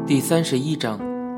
第31章。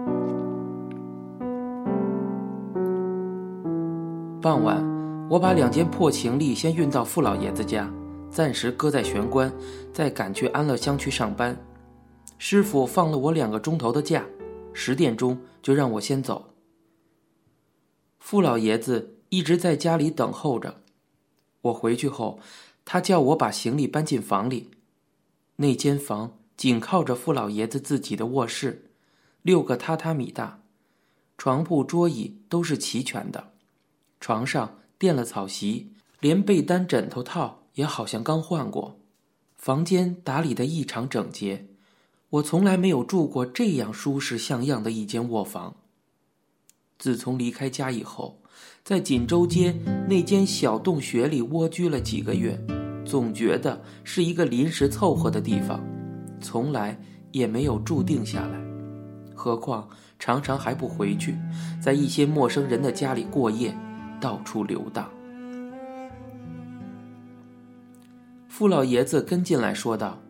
傍晚，我把2件破行李先运到傅老爷子家，暂时搁在玄关，再赶去安乐乡去上班。师傅放了我2个钟头的假，10点钟就让我先走。傅老爷子一直在家里等候着。我回去后，他叫我把行李搬进房里。那间房紧靠着傅老爷子自己的卧室，6个榻榻米大，床铺桌椅都是齐全的，床上垫了草席，连被单枕头套也好像刚换过。房间打理得异常整洁，我从来没有住过这样舒适像样的一间卧房。自从离开家以后，在锦州街那间小洞穴里蜗居了几个月，总觉得是一个临时凑合的地方，从来也没有住定下来。何况常常还不回去，在一些陌生人的家里过夜，到处游荡。傅老爷子跟进来说道：“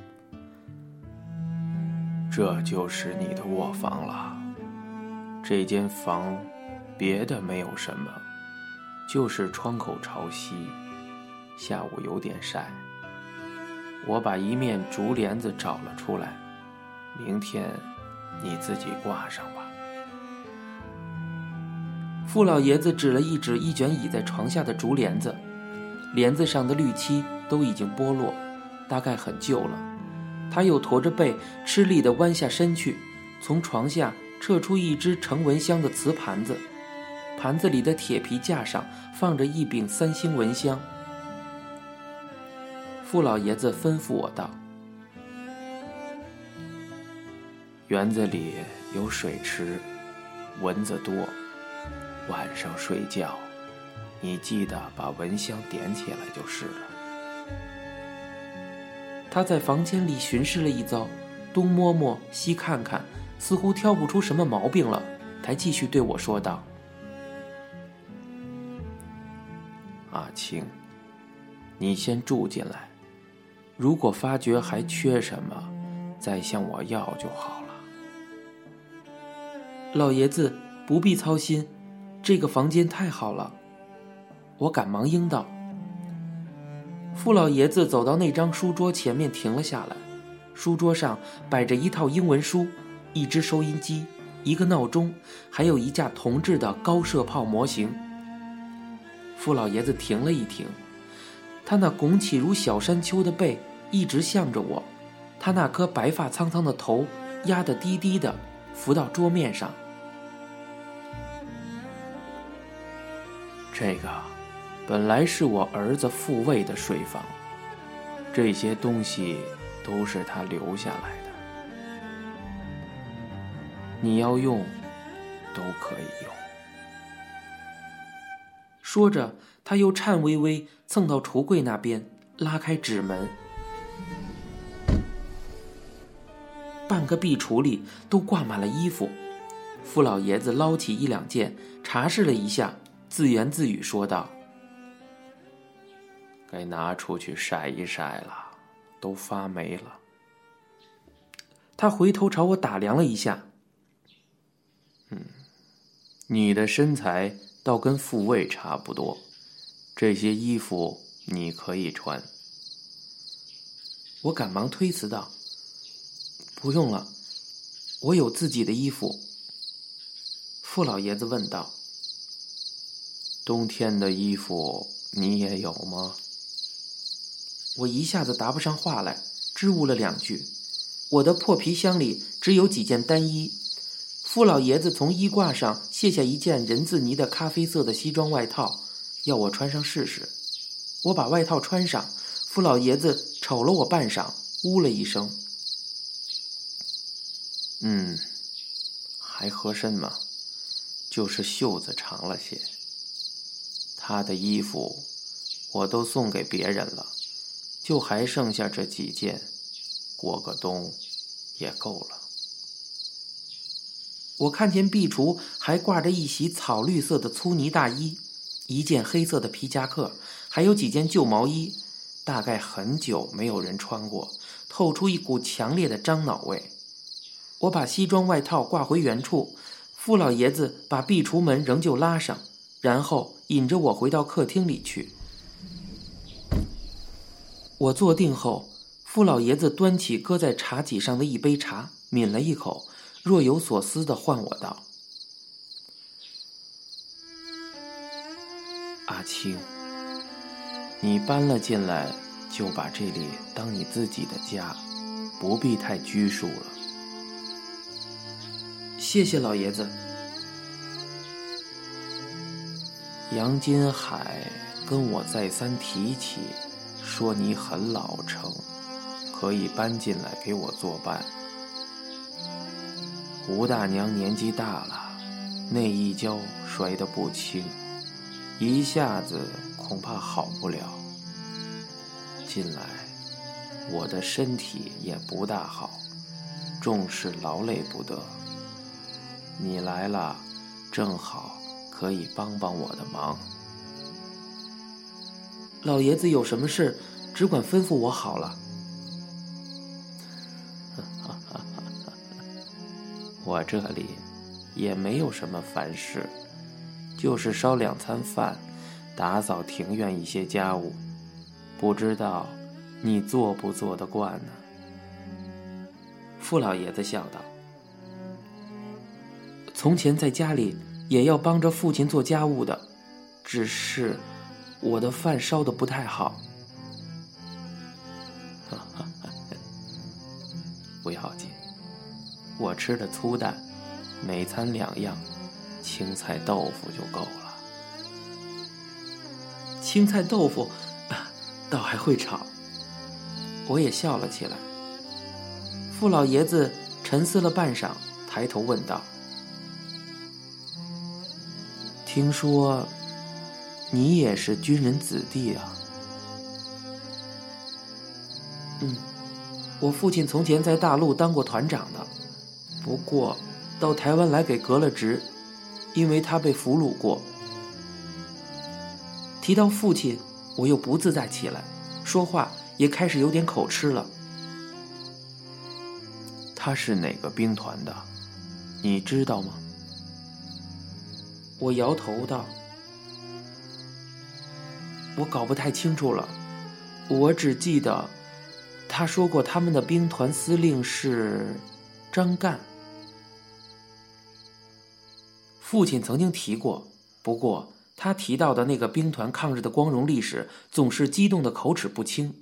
这就是你的卧房了。这间房别的没有什么，就是窗口朝西，下午有点晒。我把一面竹帘子找了出来，明天你自己挂上吧。” 傅老爷子指了一指一卷倚在床下的竹帘子，帘子上的绿漆都已经剥落，大概很旧了。他又驼着背，吃力地弯下身去，从床下撤出一只盛蚊香的瓷盘子，盘子里的铁皮架上放着一柄3星蚊香。傅老爷子吩咐我道：“ 园子里有水池，蚊子多，晚上睡觉你记得把蚊香点起来就是了。” 他在房间里巡视了一遭，东摸摸西看看，似乎挑不出什么毛病了，才继续对我说道：“ 阿青，你先住进来，如果发觉还缺什么，再向我要就好了。” 老爷子不必操心，这个房间太好了。我赶忙应道。傅老爷子走到那张书桌前面停了下来，书桌上摆着一套英文书，一只收音机，一个闹钟，还有一架铜制的高射炮模型。傅老爷子停了一停，他那拱起如小山丘的背一直向着我，他那颗白发苍苍的头压得低低的浮到桌面上。 这个本来是我儿子复位的睡房，这些东西都是他留下来的，你要用都可以用。 说着，他又颤巍巍蹭到橱柜那边，拉开纸门，半个壁橱里都挂满了衣服。傅老爷子捞起1、2件，查视了一下，自言自语说道：“ 该拿出去晒一晒了，都发霉了。” 他回头朝我打量了一下：“ 你的身材倒跟复位差不多，这些衣服你可以穿。” 我赶忙推辞道：“不用了，我有自己的衣服。”傅老爷子问道：“ 冬天的衣服你也有吗？” 我一下子答不上话来，支吾了2句。我的破皮箱里只有几件单衣。傅老爷子从衣挂上卸下一件人字呢的咖啡色的西装外套，要我穿上试试。我把外套穿上，傅老爷子瞅了我半晌，呜了一声：“ 还合身吗？就是袖子长了些。他的衣服我都送给别人了，就还剩下这几件，过个冬也够了。” 我看见壁橱还挂着一袭草绿色的粗呢大衣，一件黑色的皮夹克，还有几件旧毛衣，大概很久没有人穿过，透出一股强烈的樟脑味。 我把西装外套挂回原处，傅老爷子把壁橱门仍旧拉上，然后引着我回到客厅里去。我坐定后，傅老爷子端起搁在茶几上的一杯茶，抿了一口，若有所思地唤我道： 阿青，你搬了进来，就把这里当你自己的家，不必太拘束了。 谢谢老爷子。 杨金海跟我再三提起，说你很老成，可以搬进来给我作伴。吴大娘年纪大了，那一跤摔得不轻，一下子恐怕好不了。近来我的身体也不大好，重视劳累不得。你来了，正好可以帮帮我的忙。 老爷子有什么事，只管吩咐我好了。 我这里也没有什么烦事，就是烧2餐饭，打扫庭院一些家务，不知道你做不做得惯呢？ 傅老爷子笑道：从前在家里也要帮着父亲做家务的，只是我的饭烧得不太好。 不要紧，我吃的粗淡，每餐2样，青菜豆腐就够了。 青菜豆腐倒还会炒。我也笑了起来。傅老爷子沉思了半晌，抬头问道： 听说你也是军人子弟啊？ 我父亲从前在大陆当过团长的，不过到台湾来给革了职，因为他被俘虏过。提到父亲，我又不自在起来，说话也开始有点口吃了。 他是哪个兵团的？你知道吗？ 我摇头道：我搞不太清楚了，我只记得他说过他们的兵团司令是张干。父亲曾经提过，不过他提到的那个兵团抗日的光荣历史，总是激动的口齿不清。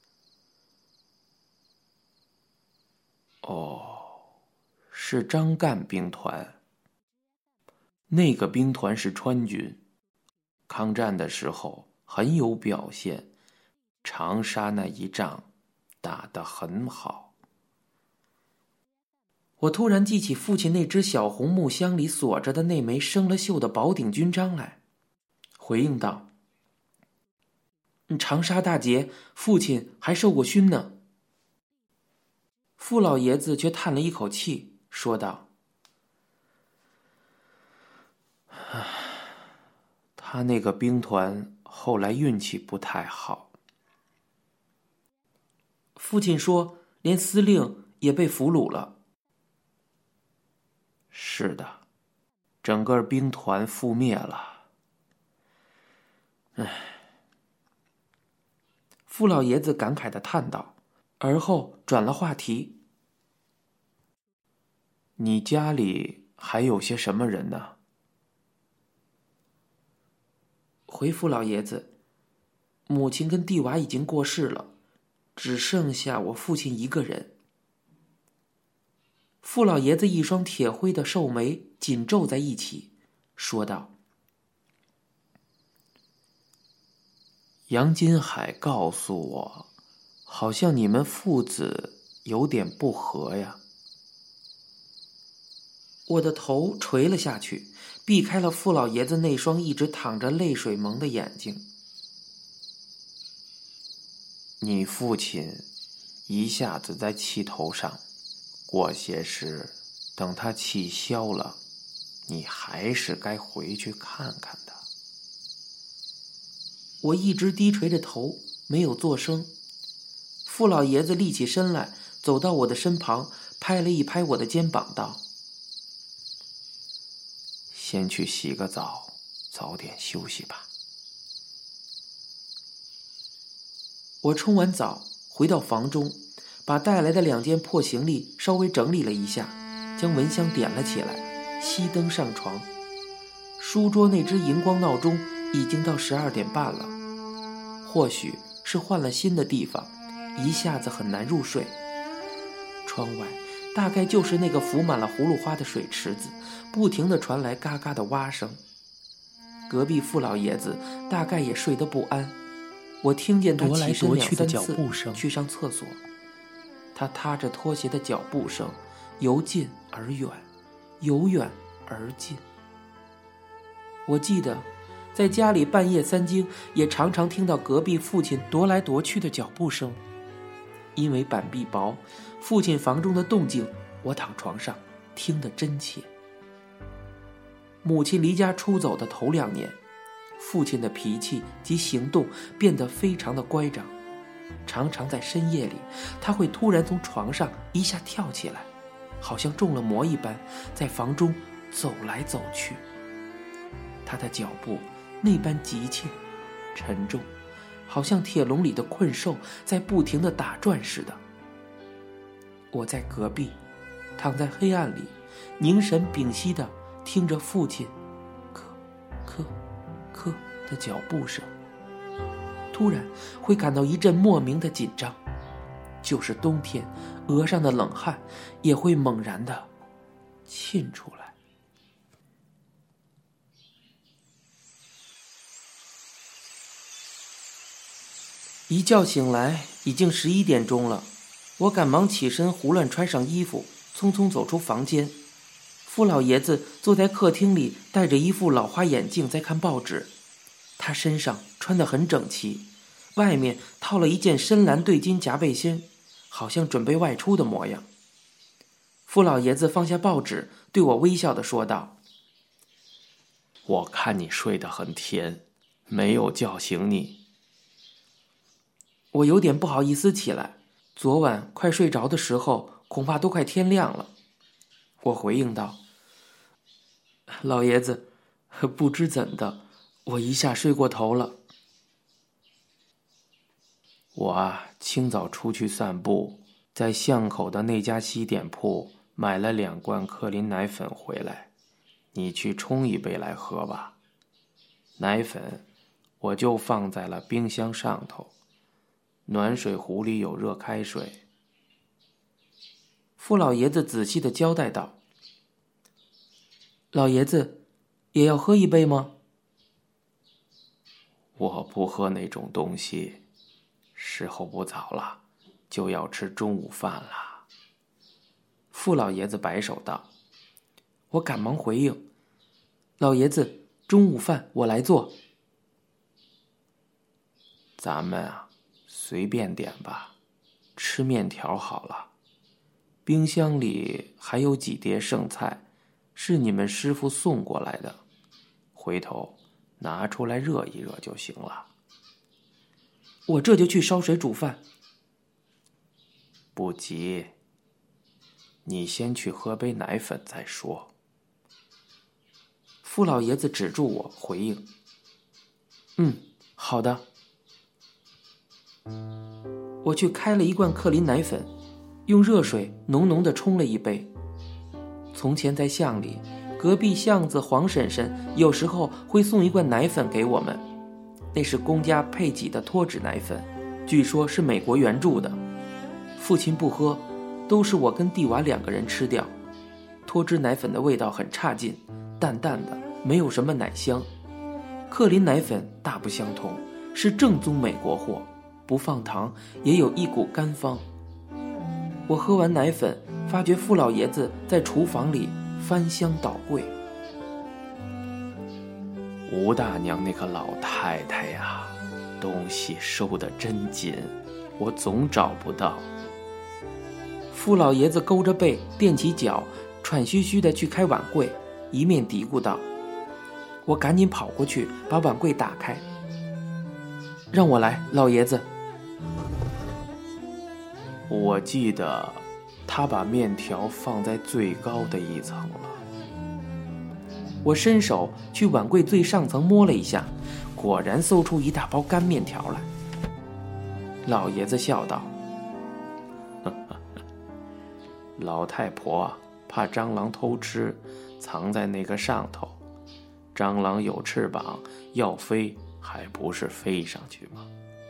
是张干兵团。那个兵团是川军，抗战的时候很有表现，长沙那一仗打得很好。 我突然记起父亲那只小红木箱里锁着的那枚生了锈的宝鼎军章来，回应道：长沙大捷，父亲还受过勋呢。傅老爷子却叹了一口气，说道： 他那个兵团后来运气不太好。 父亲说连司令也被俘虏了。 是的，整个兵团覆灭了。 傅老爷子感慨地叹道，而后转了话题： 你家里还有些什么人呢？ 回傅老爷子，母亲跟弟娃已经过世了，只剩下我父亲一个人。傅老爷子一双铁灰的瘦眉紧皱在一起，说道： 杨金海告诉我，好像你们父子有点不和呀。 我的头垂了下去，避开了傅老爷子那双一直淌着泪水蒙的眼睛。 你父亲一下子在气头上，过些时等他气消了，你还是该回去看看的。 我一直低垂着头，没有作声。傅老爷子立起身来，走到我的身旁， 拍了一拍我的肩膀道： 先去洗个澡，早点休息吧。 我冲完澡回到房中，把带来的2件破行李稍微整理了一下，将蚊香点了起来，熄灯上床。书桌那只荧光闹钟已经到12点半了，或许是换了新的地方，一下子很难入睡。窗外大概就是那个浮满了葫芦花的水池子，不停地传来嘎嘎的蛙声。隔壁傅老爷子大概也睡得不安，我听见他起身2、3次去上厕所，他踏着拖鞋的脚步声由近而远，由远而近。我记得在家里半夜3更也常常听到隔壁父亲踱来踱去的脚步声。因为板壁薄，父亲房中的动静我躺床上听得真切。母亲离家出走的头2年，父亲的脾气及行动变得非常的乖张，常常在深夜里他会突然从床上一下跳起来，好像中了魔一般在房中走来走去。他的脚步那般急切沉重，好像铁笼里的困兽在不停地打转似的。我在隔壁躺在黑暗里，凝神屏息地听着父亲咳咳咳的脚步声，突然会感到一阵莫名的紧张，就是冬天额上的冷汗也会猛然地沁出来。一觉醒来已经11点钟了，我赶忙起身胡乱穿上衣服，匆匆走出房间。傅老爷子坐在客厅里，戴着一副老花眼镜在看报纸。他身上穿得很整齐，外面套了一件深蓝对襟夹背心，好像准备外出的模样。傅老爷子放下报纸，对我微笑地说道： 我看你睡得很甜，没有叫醒你。 我有点不好意思起来，昨晚快睡着的时候恐怕都快天亮了。我回应道：老爷子，不知怎的，我一下睡过头了。 我清早出去散步，在巷口的那家西点铺买了2罐克林奶粉回来，你去冲一杯来喝吧。奶粉我就放在了冰箱上头，暖水壶里有热开水。 傅老爷子仔细地交代道：老爷子也要喝一杯吗？ 我不喝那种东西，时候不早了，就要吃中午饭了。 傅老爷子摆手道。我赶忙回应：老爷子，中午饭我来做。 咱们随便点吧，吃面条好了。冰箱里还有几碟剩菜，是你们师傅送过来的，回头拿出来热一热就行了。 我这就去烧水煮饭。 不急，你先去喝杯奶粉再说。 傅老爷子指住我回应：好的。我去开了1罐克林奶粉，用热水浓浓地冲了一杯。从前在巷里，隔壁巷子黄婶婶有时候会送1罐奶粉给我们，那是公家配给的脱脂奶粉，据说是美国援助的。父亲不喝，都是我跟弟娃2个人吃掉。脱脂奶粉的味道很差劲，淡淡的，没有什么奶香。克林奶粉大不相同，是正宗美国货，不放糖，也有一股干芳。我喝完奶粉，发觉傅老爷子在厨房里翻箱倒柜。 吴大娘那个老太太呀，东西收得真紧，我总找不到。 傅老爷子勾着背，踮起脚，喘吁吁地去开碗柜，一面嘀咕道。我赶紧跑过去，把碗柜打开。让我来，老爷子。 我记得他把面条放在最高的一层了。 我伸手去碗柜最上层摸了一下，果然搜出一大包干面条来。老爷子笑道： 老太婆怕蟑螂偷吃，藏在那个上头。蟑螂有翅膀，要飞还不是飞上去吗？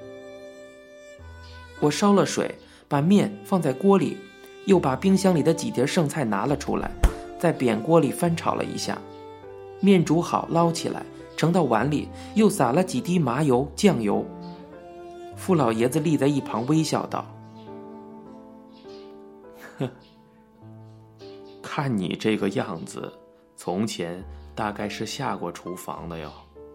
我烧了水，把面放在锅里，又把冰箱里的几碟剩菜拿了出来，在扁锅里翻炒了一下。面煮好捞起来，盛到碗里，又撒了几滴麻油酱油。傅老爷子立在一旁微笑道： 看你这个样子，从前大概是下过厨房的哟。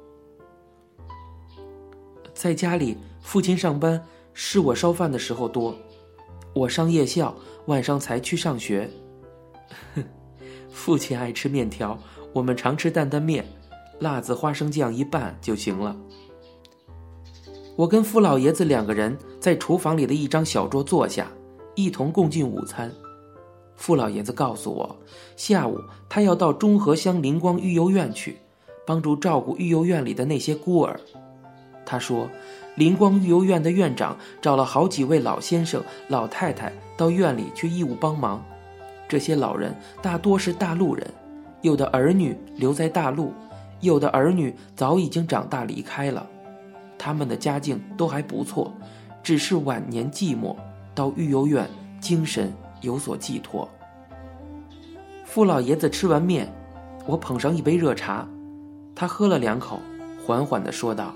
在家里，父亲上班是我烧饭的时候多，我上夜校，晚上才去上学。父亲爱吃面条，我们常吃担担面，辣子花生酱一拌就行了。我跟傅老爷子2个人在厨房里的一张小桌坐下，一同共进午餐。傅老爷子告诉我，下午他要到中和乡灵光育幼院去，帮助照顾育幼院里的那些孤儿。他说，灵光育幼院的院长找了好几位老先生、老太太到院里去义务帮忙。这些老人大多是大陆人，有的儿女留在大陆，有的儿女早已经长大离开了。他们的家境都还不错，只是晚年寂寞，到育幼院精神有所寄托。傅老爷子吃完面，我捧上一杯热茶，他喝了2口，缓缓地说道：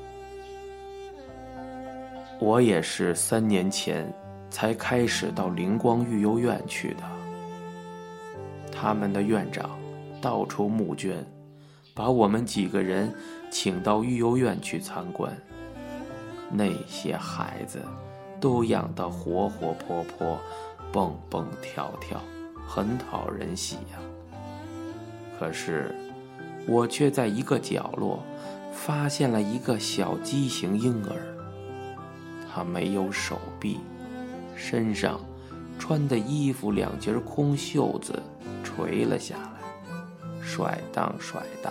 我也是3年前才开始到灵光育幼院去的。他们的院长到处募捐，把我们几个人请到育幼院去参观。那些孩子都养得活活泼泼，蹦蹦跳跳，很讨人喜呀。可是我却在一个角落发现了一个小畸形婴儿，他没有手臂，身上穿的衣服2截空袖子垂了下来，甩荡甩荡。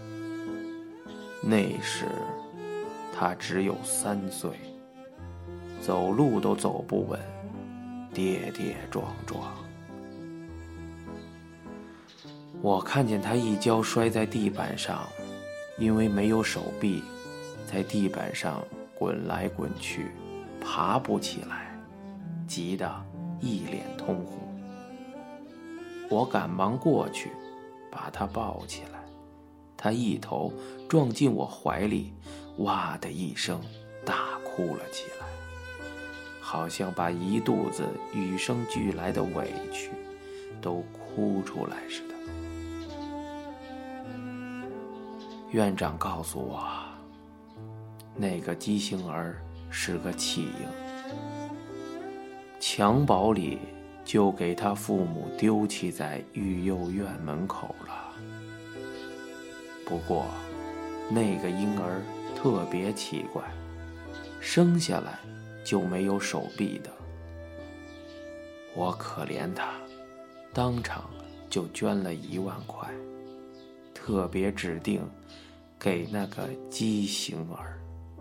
那时他只有3岁，走路都走不稳，跌跌撞撞。我看见他一跤摔在地板上，因为没有手臂，在地板上滚来滚去，爬不起来，急得一脸通红。我赶忙过去把他抱起来，他一头撞进我怀里，哇的一声大哭了起来，好像把一肚子与生俱来的委屈都哭出来似的。院长告诉我，那个畸形儿是个弃婴，襁褓里就给他父母丢弃在育幼院门口了。不过那个婴儿特别奇怪，生下来就没有手臂的。我可怜他，当场就捐了1万块，特别指定给那个畸形儿。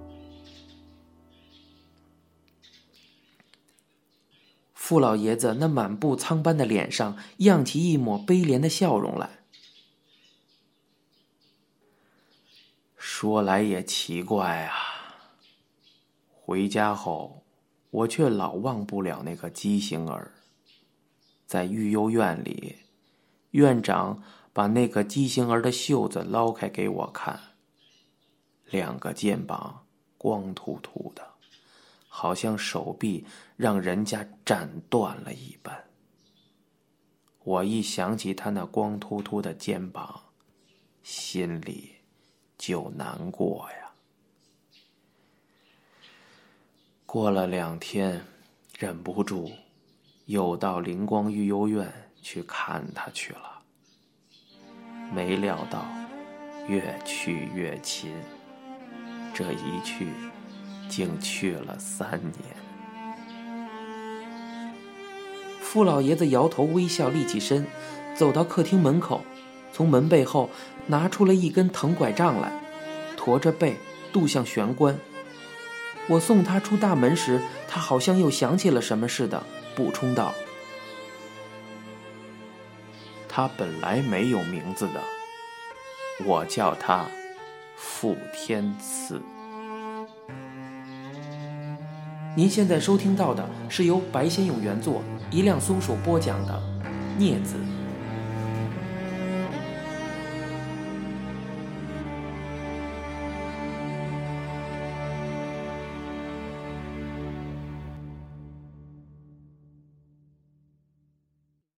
傅老爷子那满布苍斑的脸上漾起一抹悲怜的笑容来。 说来也奇怪啊，回家后我却老忘不了那个畸形儿。在育幼院里，院长把那个畸形儿的袖子捞开给我看，2个肩膀光秃秃的，好像手臂让人家斩断了一般。我一想起他那光秃秃的肩膀，心里就难过呀。过了2天，忍不住又到灵光育幼院去看他去了。没料到越去越勤，这一去竟去了3年。 傅老爷子摇头微笑，立起身，走到客厅门口，从门背后拿出了一根藤拐杖来，驼着背渡向玄关。我送他出大门时，他好像又想起了什么似的，补充道： 他本来没有名字的，我叫他傅天赐。 您现在收听到的是由白先勇原作，一辆松鼠播讲的《镊子》。